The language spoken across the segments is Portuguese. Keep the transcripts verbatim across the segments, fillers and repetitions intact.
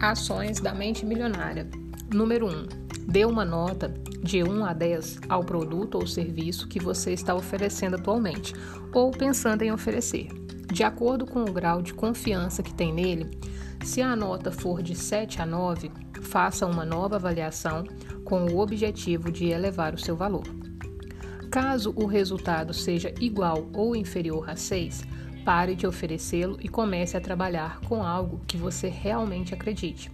Ações da mente milionária. Número um. Dê uma nota de um a dez ao produto ou serviço que você está oferecendo atualmente ou pensando em oferecer. De acordo com o grau de confiança que tem nele, se a nota for de sete a nove, faça uma nova avaliação com o objetivo de elevar o seu valor. Caso o resultado seja igual ou inferior a seis, pare de oferecê-lo e comece a trabalhar com algo que você realmente acredite.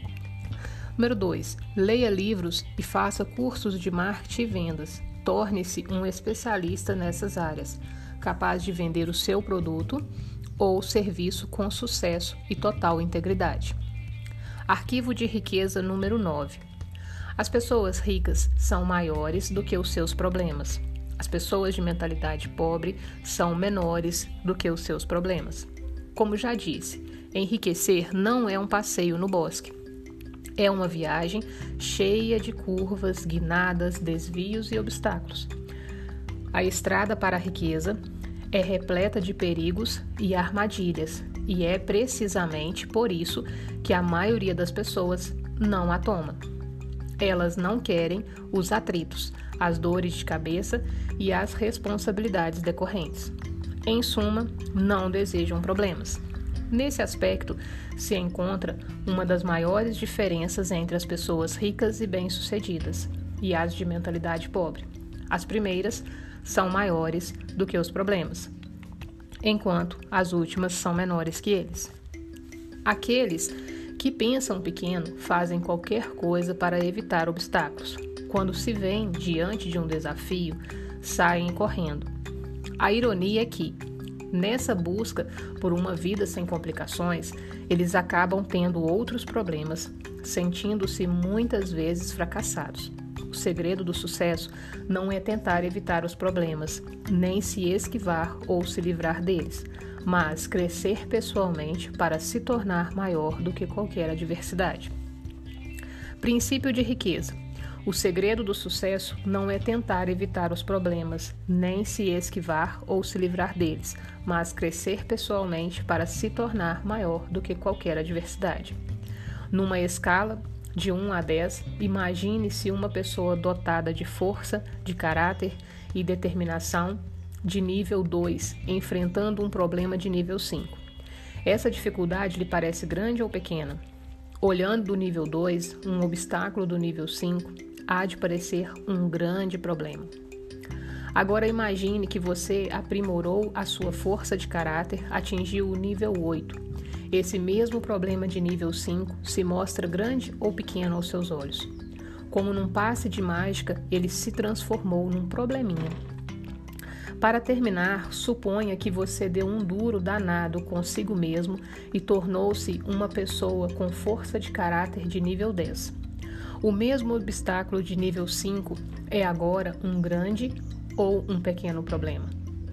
Número dois. Leia livros e faça cursos de marketing e vendas. Torne-se um especialista nessas áreas, capaz de vender o seu produto ou serviço com sucesso e total integridade. Arquivo de riqueza número nove. As pessoas ricas são maiores do que os seus problemas. As pessoas de mentalidade pobre são menores do que os seus problemas. Como já disse, enriquecer não é um passeio no bosque. É uma viagem cheia de curvas, guinadas, desvios e obstáculos. A estrada para a riqueza é repleta de perigos e armadilhas, e é precisamente por isso que a maioria das pessoas não a toma. Elas não querem os atritos, as dores de cabeça e as responsabilidades decorrentes. Em suma, não desejam problemas. Nesse aspecto, se encontra uma das maiores diferenças entre as pessoas ricas e bem-sucedidas e as de mentalidade pobre. As primeiras são maiores do que os problemas, enquanto as últimas são menores que eles. Aqueles que pensam pequeno fazem qualquer coisa para evitar obstáculos. Quando se veem diante de um desafio, saem correndo. A ironia é que, nessa busca por uma vida sem complicações, eles acabam tendo outros problemas, sentindo-se muitas vezes fracassados. O segredo do sucesso não é tentar evitar os problemas, nem se esquivar ou se livrar deles, mas crescer pessoalmente para se tornar maior do que qualquer adversidade. Princípio de riqueza. O segredo do sucesso não é tentar evitar os problemas, nem se esquivar ou se livrar deles, mas crescer pessoalmente para se tornar maior do que qualquer adversidade. Numa escala de um a dez, imagine-se uma pessoa dotada de força, de caráter e determinação de nível dois, enfrentando um problema de nível cinco. Essa dificuldade lhe parece grande ou pequena? Olhando do nível dois, um obstáculo do nível cinco há de parecer um grande problema. Agora imagine que você aprimorou a sua força de caráter, atingiu o nível oito. Esse mesmo problema de nível cinco se mostra grande ou pequeno aos seus olhos. Como num passe de mágica, ele se transformou num probleminha. Para terminar, suponha que você deu um duro danado consigo mesmo e tornou-se uma pessoa com força de caráter de nível dez. O mesmo obstáculo de nível cinco é agora um grande ou um pequeno problema?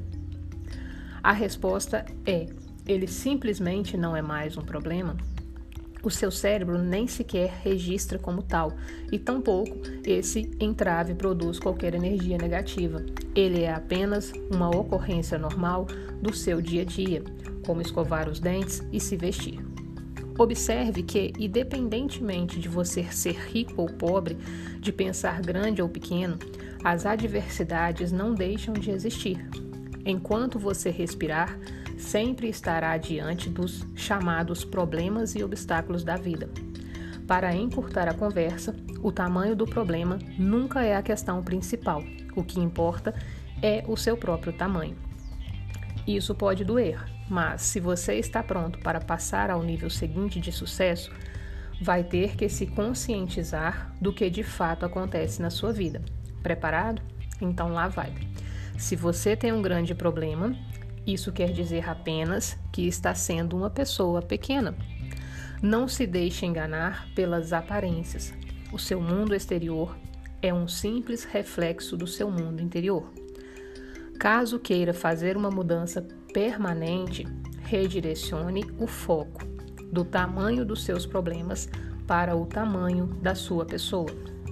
A resposta é: ele simplesmente não é mais um problema. O seu cérebro nem sequer registra como tal, e tampouco esse entrave produz qualquer energia negativa. Ele é apenas uma ocorrência normal do seu dia a dia, como escovar os dentes e se vestir. Observe que, independentemente de você ser rico ou pobre, de pensar grande ou pequeno, as adversidades não deixam de existir. Enquanto você respirar, sempre estará diante dos chamados problemas e obstáculos da vida. Para encurtar a conversa, o tamanho do problema nunca é a questão principal. O que importa é o seu próprio tamanho. Isso pode doer, mas se você está pronto para passar ao nível seguinte de sucesso, vai ter que se conscientizar do que de fato acontece na sua vida. Preparado? Então lá vai. Se você tem um grande problema, isso quer dizer apenas que está sendo uma pessoa pequena. Não se deixe enganar pelas aparências. O seu mundo exterior é um simples reflexo do seu mundo interior. Caso queira fazer uma mudança permanente, redirecione o foco do tamanho dos seus problemas para o tamanho da sua pessoa.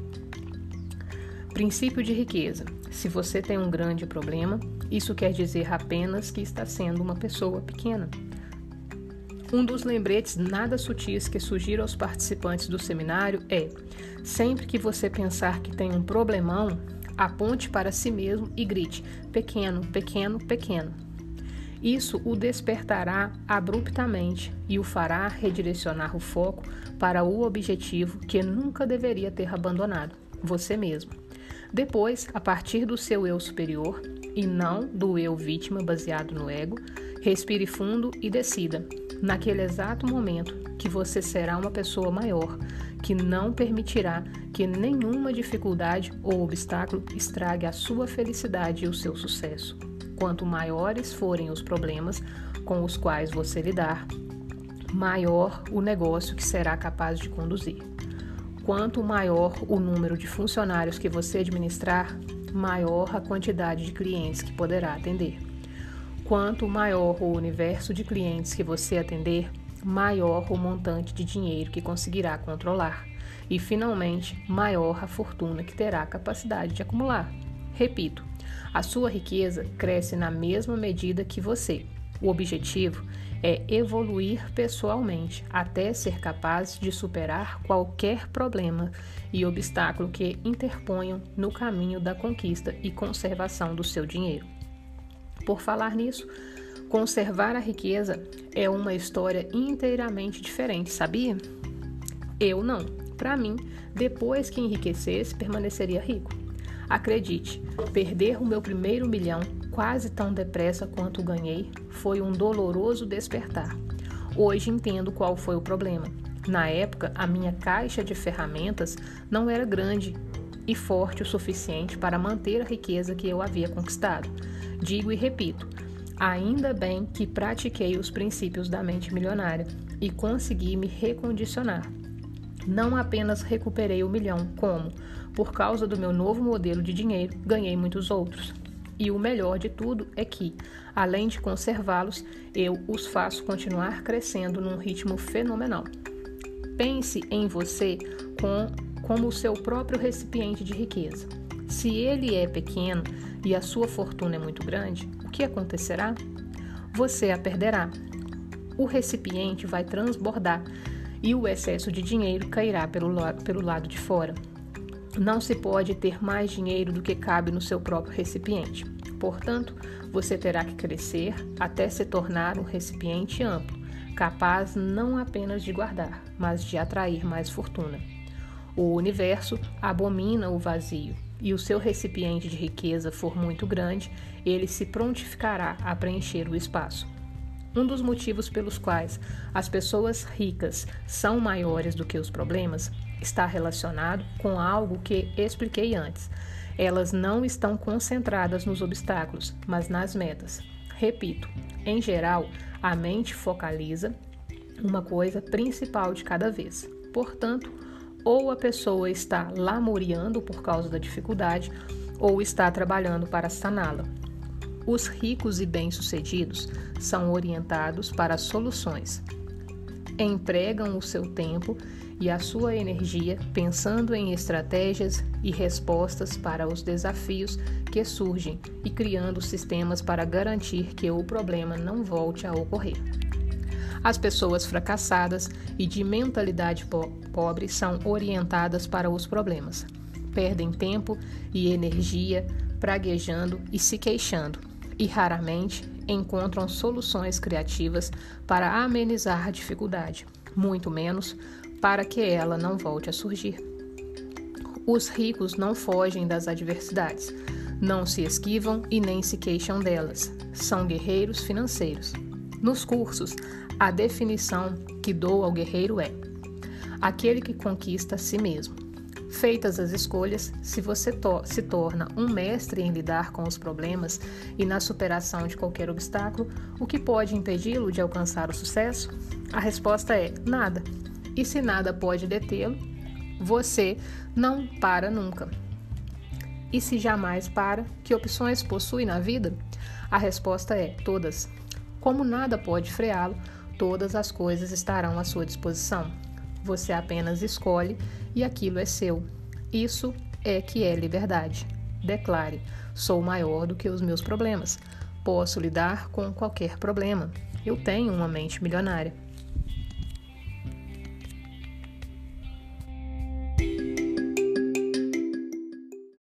Princípio de riqueza. Se você tem um grande problema, isso quer dizer apenas que está sendo uma pessoa pequena. Um dos lembretes nada sutis que sugiro aos participantes do seminário é: sempre que você pensar que tem um problemão, aponte para si mesmo e grite: pequeno, pequeno, pequeno. Isso o despertará abruptamente e o fará redirecionar o foco para o objetivo que nunca deveria ter abandonado, você mesmo. Depois, a partir do seu eu superior, e não do eu vítima baseado no ego, respire fundo e decida, naquele exato momento, que você será uma pessoa maior, que não permitirá que nenhuma dificuldade ou obstáculo estrague a sua felicidade e o seu sucesso. Quanto maiores forem os problemas com os quais você lidar, maior o negócio que será capaz de conduzir. Quanto maior o número de funcionários que você administrar, maior a quantidade de clientes que poderá atender. Quanto maior o universo de clientes que você atender, maior o montante de dinheiro que conseguirá controlar. E, finalmente, maior a fortuna que terá capacidade de acumular. Repito, a sua riqueza cresce na mesma medida que você. O objetivo é evoluir pessoalmente até ser capaz de superar qualquer problema e obstáculo que interponham no caminho da conquista e conservação do seu dinheiro. Por falar nisso, conservar a riqueza é uma história inteiramente diferente, sabia? Eu não. Para mim, depois que enriquecesse, permaneceria rico. Acredite, perder o meu primeiro milhão quase tão depressa quanto ganhei foi um doloroso despertar. Hoje entendo qual foi o problema. Na época, a minha caixa de ferramentas não era grande e forte o suficiente para manter a riqueza que eu havia conquistado. Digo e repito, ainda bem que pratiquei os princípios da mente milionária e consegui me recondicionar. Não apenas recuperei o milhão, como, por causa do meu novo modelo de dinheiro, ganhei muitos outros. E o melhor de tudo é que, além de conservá-los, eu os faço continuar crescendo num ritmo fenomenal. Pense em você com, como o seu próprio recipiente de riqueza. Se ele é pequeno e a sua fortuna é muito grande, o que acontecerá? Você a perderá. O recipiente vai transbordar e o excesso de dinheiro cairá pelo, pelo lado de fora. Não se pode ter mais dinheiro do que cabe no seu próprio recipiente. Portanto, você terá que crescer até se tornar um recipiente amplo, capaz não apenas de guardar, mas de atrair mais fortuna. O universo abomina o vazio, e o seu recipiente de riqueza for muito grande, ele se prontificará a preencher o espaço. Um dos motivos pelos quais as pessoas ricas são maiores do que os problemas está relacionado com algo que expliquei antes. Elas não estão concentradas nos obstáculos, mas nas metas. Repito, em geral, a mente focaliza uma coisa principal de cada vez. Portanto, ou a pessoa está lamuriando por causa da dificuldade, ou está trabalhando para saná-la. Os ricos e bem-sucedidos são orientados para soluções. Empregam o seu tempo e a sua energia pensando em estratégias e respostas para os desafios que surgem e criando sistemas para garantir que o problema não volte a ocorrer. As pessoas fracassadas e de mentalidade po- pobre são orientadas para os problemas. Perdem tempo e energia praguejando e se queixando, e raramente encontram soluções criativas para amenizar a dificuldade, muito menos para que ela não volte a surgir. Os ricos não fogem das adversidades, não se esquivam e nem se queixam delas. São guerreiros financeiros. Nos cursos, a definição que dou ao guerreiro é: aquele que conquista a si mesmo. Feitas as escolhas, se você to- se torna um mestre em lidar com os problemas e na superação de qualquer obstáculo, o que pode impedi-lo de alcançar o sucesso? A resposta é nada. E se nada pode detê-lo, você não para nunca. E se jamais para, que opções possui na vida? A resposta é todas. Como nada pode freá-lo, todas as coisas estarão à sua disposição. Você apenas escolhe e aquilo é seu. Isso é que é liberdade. Declare: sou maior do que os meus problemas. Posso lidar com qualquer problema. Eu tenho uma mente milionária.